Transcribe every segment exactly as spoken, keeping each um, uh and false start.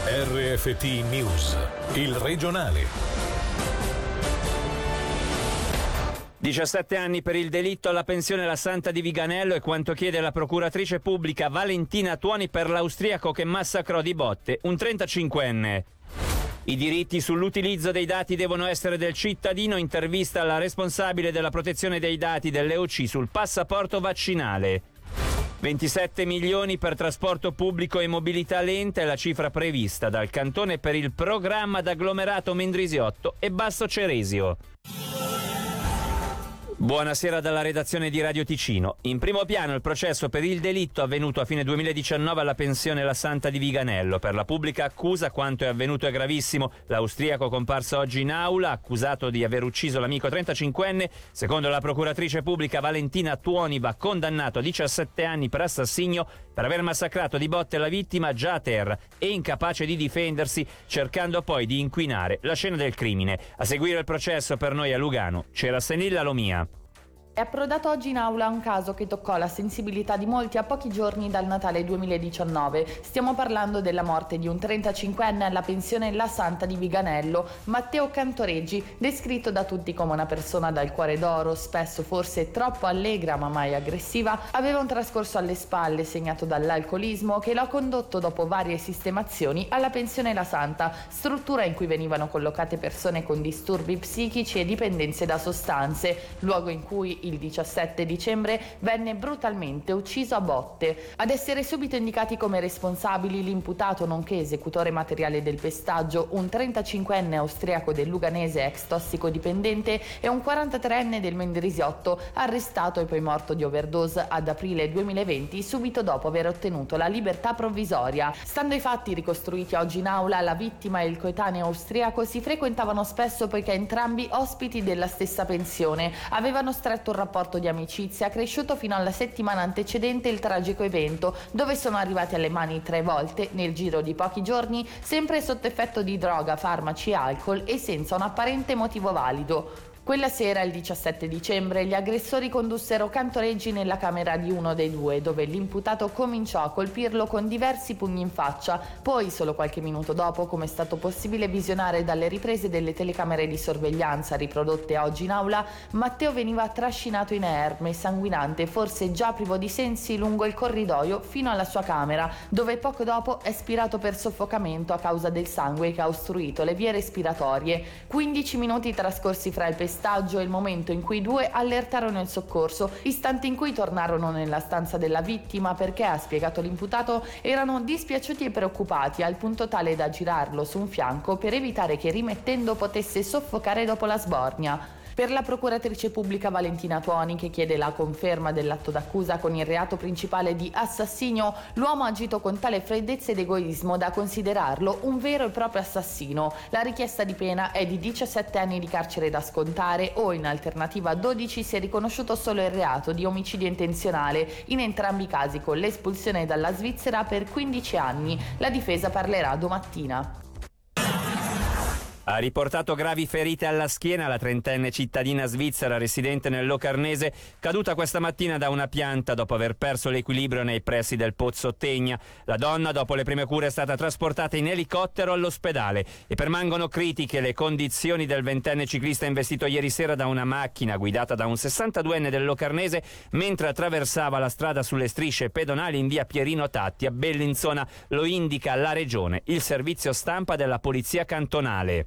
R F T News, il regionale. diciassette anni per il delitto alla pensione La Santa di Viganello è quanto chiede la procuratrice pubblica Valentina Tuoni per l'austriaco che massacrò di botte un trentacinquenne. I diritti sull'utilizzo dei dati devono essere del cittadino, intervista alla responsabile della protezione dei dati dell'E O C sul passaporto vaccinale. ventisette milioni per trasporto pubblico e mobilità lenta è la cifra prevista dal Cantone per il programma d'agglomerato Mendrisiotto e Basso Ceresio. Buonasera dalla redazione di Radio Ticino. In primo piano il processo per il delitto avvenuto a fine duemiladiciannove alla pensione La Santa di Viganello. Per la pubblica accusa quanto è avvenuto è gravissimo. L'austriaco comparso oggi in aula, accusato di aver ucciso l'amico trentacinquenne, secondo la procuratrice pubblica Valentina Tuoni va condannato a diciassette anni per assassinio per aver massacrato di botte la vittima già a terra e incapace di difendersi, cercando poi di inquinare la scena del crimine. A seguire il processo per noi a Lugano c'era Senilla Lomia. È approdato oggi in aula un caso che toccò la sensibilità di molti a pochi giorni dal Natale duemiladiciannove. Stiamo parlando della morte di un trentacinquenne alla pensione La Santa di Viganello, Matteo Cantoreggi, descritto da tutti come una persona dal cuore d'oro, spesso forse troppo allegra ma mai aggressiva. Aveva un trascorso alle spalle segnato dall'alcolismo che lo ha condotto dopo varie sistemazioni alla pensione La Santa, struttura in cui venivano collocate persone con disturbi psichici e dipendenze da sostanze, luogo in cui il diciassette dicembre venne brutalmente ucciso a botte. Ad essere subito indicati come responsabili l'imputato nonché esecutore materiale del pestaggio, un trentacinquenne austriaco del Luganese ex tossicodipendente e un quarantatreenne del Mendrisiotto, arrestato e poi morto di overdose ad aprile duemilaventi subito dopo aver ottenuto la libertà provvisoria. Stando ai fatti ricostruiti oggi in aula, la vittima e il coetaneo austriaco si frequentavano spesso poiché entrambi ospiti della stessa pensione. Avevano stretto un rapporto di amicizia cresciuto fino alla settimana antecedente il tragico evento, dove sono arrivati alle mani tre volte nel giro di pochi giorni, sempre sotto effetto di droga, farmaci e alcol e senza un apparente motivo valido. Quella sera, il diciassette dicembre, gli aggressori condussero Cantoreggi nella camera di uno dei due, dove l'imputato cominciò a colpirlo con diversi pugni in faccia. Poi, solo qualche minuto dopo, come è stato possibile visionare dalle riprese delle telecamere di sorveglianza riprodotte oggi in aula, Matteo veniva trascinato inerme, sanguinante, forse già privo di sensi, lungo il corridoio fino alla sua camera, dove poco dopo è spirato per soffocamento a causa del sangue che ha ostruito le vie respiratorie. quindici minuti trascorsi fra il pestaggio e il momento in cui i due allertarono il soccorso, istante in cui tornarono nella stanza della vittima perché, ha spiegato l'imputato, erano dispiaciuti e preoccupati al punto tale da girarlo su un fianco per evitare che rimettendo potesse soffocare dopo la sbornia. Per la procuratrice pubblica Valentina Tuoni, che chiede la conferma dell'atto d'accusa con il reato principale di assassinio, l'uomo ha agito con tale freddezza ed egoismo da considerarlo un vero e proprio assassino. La richiesta di pena è di diciassette anni di carcere da scontare o, in alternativa, dodici se è riconosciuto solo il reato di omicidio intenzionale, in entrambi i casi con l'espulsione dalla Svizzera per quindici anni. La difesa parlerà domattina. Ha riportato gravi ferite alla schiena la trentenne cittadina svizzera residente nel Locarnese, caduta questa mattina da una pianta dopo aver perso l'equilibrio nei pressi del Pozzo Tegna. La donna, dopo le prime cure, è stata trasportata in elicottero all'ospedale e permangono critiche le condizioni del ventenne ciclista investito ieri sera da una macchina guidata da un sessantaduenne del Locarnese mentre attraversava la strada sulle strisce pedonali in via Pierino Tatti a Bellinzona. Lo indica la regione, il servizio stampa della polizia cantonale.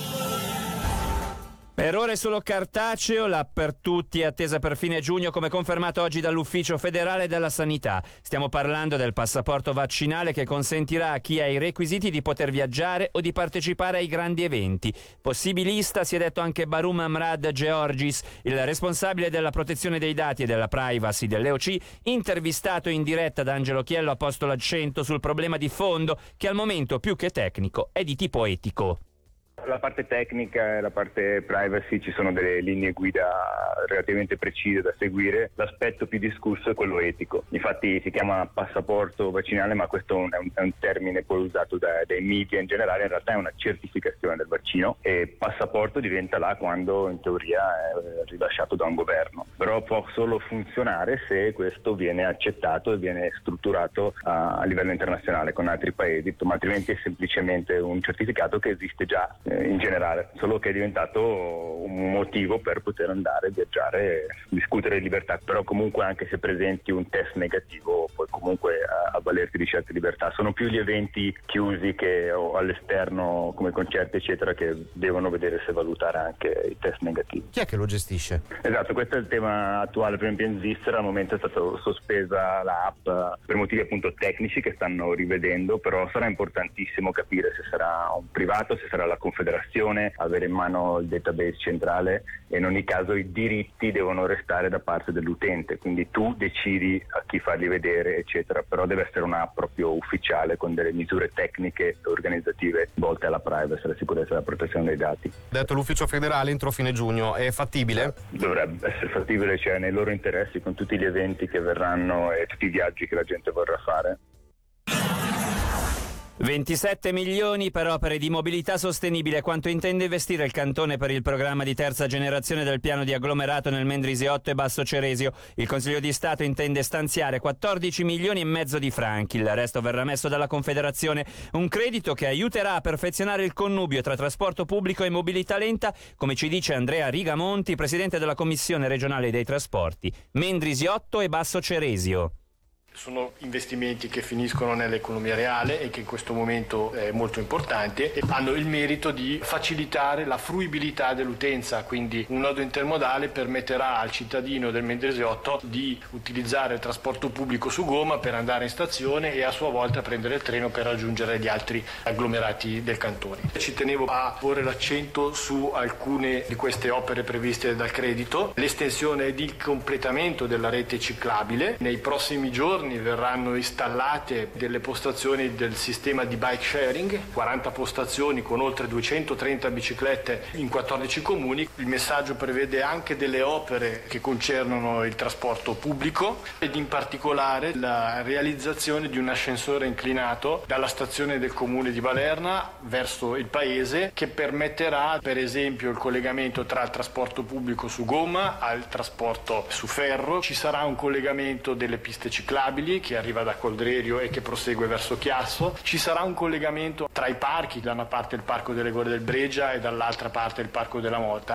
Per ore solo cartaceo, la per tutti è attesa per fine giugno, come confermato oggi dall'Ufficio federale della sanità. Stiamo parlando del passaporto vaccinale che consentirà a chi ha i requisiti di poter viaggiare o di partecipare ai grandi eventi. Possibilista si è detto anche Barum Amrad Georgis, il responsabile della protezione dei dati e della privacy dell'E O C, intervistato in diretta da Angelo Chiello, ha posto l'accento sul problema di fondo che al momento più che tecnico è di tipo etico. la parte tecnica e la parte privacy ci sono delle linee guida relativamente precise da seguire. L'aspetto più discusso è quello etico. Infatti si chiama passaporto vaccinale, ma questo è un, è un termine poi usato da, dai media in generale. In realtà è una certificazione del vaccino e passaporto diventa là quando in teoria è rilasciato da un governo. Però può solo funzionare se questo viene accettato e viene strutturato a, a livello internazionale con altri paesi, ma altrimenti è semplicemente un certificato che esiste già eh, in generale, solo che è diventato un motivo per poter andare, viaggiare e discutere di libertà. Però comunque anche se presenti un test negativo puoi comunque avvalerti di certe libertà. Sono più gli eventi chiusi che o all'esterno come concerti eccetera che devono vedere se valutare anche i test negativi. Chi è che lo gestisce? Esatto, questo è il tema attuale. Per esempio in Svizzera al momento è stata sospesa l'app per motivi appunto tecnici che stanno rivedendo, però sarà importantissimo capire se sarà un privato, se sarà la confederazione, avere in mano il database centrale, e in ogni caso i diritti devono restare da parte dell'utente, quindi tu decidi a chi farli vedere eccetera, però deve essere un'app proprio ufficiale con delle misure tecniche e organizzative volte alla privacy, alla sicurezza e alla protezione dei dati. Detto l'ufficio federale entro fine giugno, è fattibile? Dovrebbe essere fattibile, cioè nei loro interessi, con tutti gli eventi che verranno e tutti i viaggi che la gente vorrà fare. ventisette milioni per opere di mobilità sostenibile. Quanto intende investire il Cantone per il programma di terza generazione del piano di agglomerato nel Mendrisiotto e Basso Ceresio? Il Consiglio di Stato intende stanziare quattordici milioni e mezzo di franchi. Il resto verrà messo dalla Confederazione. Un credito che aiuterà a perfezionare il connubio tra trasporto pubblico e mobilità lenta, come ci dice Andrea Rigamonti, presidente della Commissione regionale dei trasporti, Mendrisiotto e Basso Ceresio. Sono investimenti che finiscono nell'economia reale e che in questo momento è molto importante e hanno il merito di facilitare la fruibilità dell'utenza, quindi un nodo intermodale permetterà al cittadino del Mendrisiotto di utilizzare il trasporto pubblico su gomma per andare in stazione e a sua volta prendere il treno per raggiungere gli altri agglomerati del cantone. Ci tenevo a porre l'accento su alcune di queste opere previste dal credito: l'estensione ed il completamento della rete ciclabile. Nei prossimi giorni verranno installate delle postazioni del sistema di bike sharing, quaranta postazioni con oltre duecentotrenta biciclette in quattordici comuni. Il messaggio prevede anche delle opere che concernono il trasporto pubblico ed in particolare la realizzazione di un ascensore inclinato dalla stazione del comune di Balerna verso il paese, che permetterà per esempio il collegamento tra il trasporto pubblico su gomma al trasporto su ferro. Ci sarà un collegamento delle piste ciclabili che arriva da Coldrerio e che prosegue verso Chiasso. Ci sarà un collegamento tra i parchi, da una parte il Parco delle Gole del Bregia e dall'altra parte il Parco della Mota.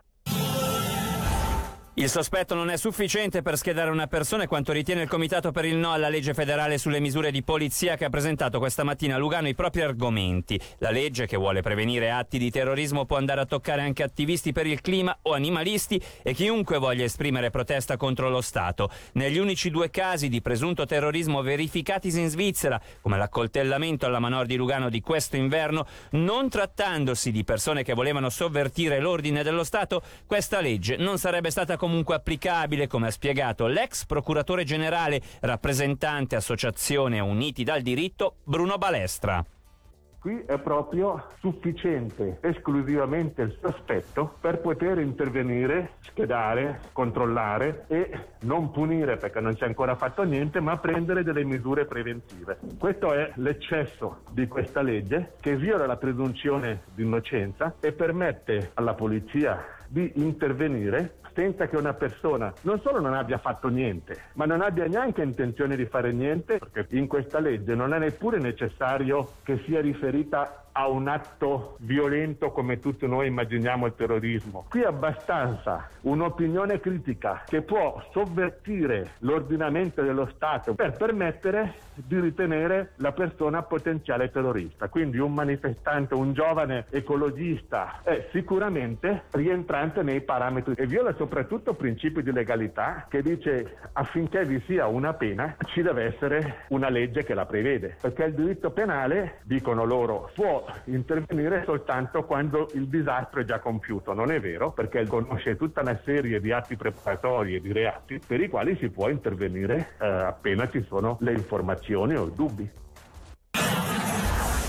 Il sospetto non è sufficiente per schedare una persona, è quanto ritiene il Comitato per il No alla legge federale sulle misure di polizia, che ha presentato questa mattina a Lugano i propri argomenti. La legge, che vuole prevenire atti di terrorismo, può andare a toccare anche attivisti per il clima o animalisti e chiunque voglia esprimere protesta contro lo Stato. Negli unici due casi di presunto terrorismo verificatisi in Svizzera, come l'accoltellamento alla Manor di Lugano di questo inverno, non trattandosi di persone che volevano sovvertire l'ordine dello Stato, questa legge non sarebbe stata comunque applicabile, come ha spiegato l'ex procuratore generale, rappresentante Associazione Uniti dal Diritto, Bruno Balestra. Qui è proprio sufficiente esclusivamente il sospetto per poter intervenire, schedare, controllare e non punire perché non c'è ancora fatto niente, ma prendere delle misure preventive. Questo è l'eccesso di questa legge, che viola la presunzione di innocenza e permette alla polizia di intervenire senza che una persona non solo non abbia fatto niente, ma non abbia neanche intenzione di fare niente, perché in questa legge non è neppure necessario che sia riferita a un atto violento come tutti noi immaginiamo il terrorismo. Qui è abbastanza un'opinione critica che può sovvertire l'ordinamento dello Stato per permettere di ritenere la persona potenziale terrorista. Quindi un manifestante, un giovane ecologista è sicuramente rientrante nei parametri e viola soprattutto principi di legalità, che dice affinché vi sia una pena ci deve essere una legge che la prevede, perché il diritto penale, dicono loro, può intervenire soltanto quando il disastro è già compiuto. Non è vero, perché conosce tutta una serie di atti preparatori e di reati per i quali si può intervenire eh, appena ci sono le informazioni o i dubbi.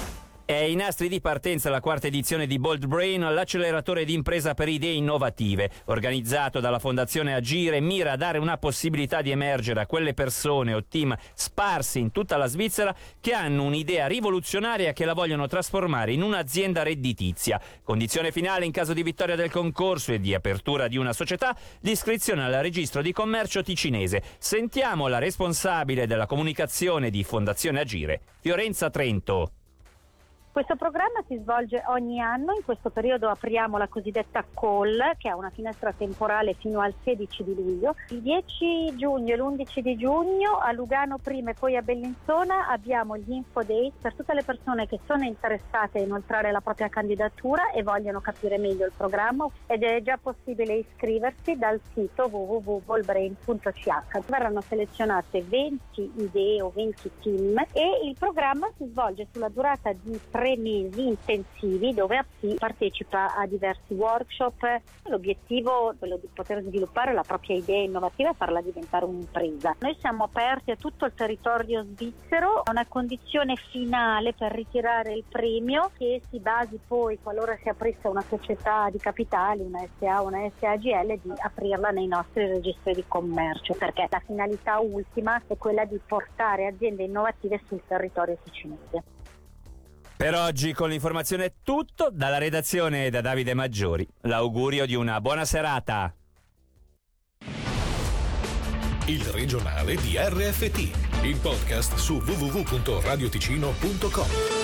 È ai nastri di partenza la quarta edizione di Bold Brain, l'acceleratore di impresa per idee innovative. Organizzato dalla Fondazione Agire, mira a dare una possibilità di emergere a quelle persone o team sparsi in tutta la Svizzera che hanno un'idea rivoluzionaria e che la vogliono trasformare in un'azienda redditizia. Condizione finale in caso di vittoria del concorso e di apertura di una società, l'iscrizione al registro di commercio ticinese. Sentiamo la responsabile della comunicazione di Fondazione Agire, Fiorenza Trento. Questo programma si svolge ogni anno, in questo periodo apriamo la cosiddetta call, che ha una finestra temporale fino al sedici di luglio. Il dieci giugno e l'undici di giugno a Lugano prima e poi a Bellinzona abbiamo gli Info Days per tutte le persone che sono interessate a inoltrare la propria candidatura e vogliono capire meglio il programma, ed è già possibile iscriversi dal sito w w w punto bolbrain punto c h. Verranno selezionate venti idee o venti team e il programma si svolge sulla durata di tre mesi intensivi dove si partecipa a diversi workshop. L'obiettivo è quello di poter sviluppare la propria idea innovativa e farla diventare un'impresa. Noi siamo aperti a tutto il territorio svizzero, una condizione finale per ritirare il premio che si basi poi, qualora si aprisse una società di capitali, una S A o una S A G L, di aprirla nei nostri registri di commercio, perché la finalità ultima è quella di portare aziende innovative sul territorio ticinese. Per oggi con l'informazione è tutto, dalla redazione e da Davide Maggiori. L'augurio di una buona serata. Il regionale di R F T, il podcast su w w w punto radioticino punto com.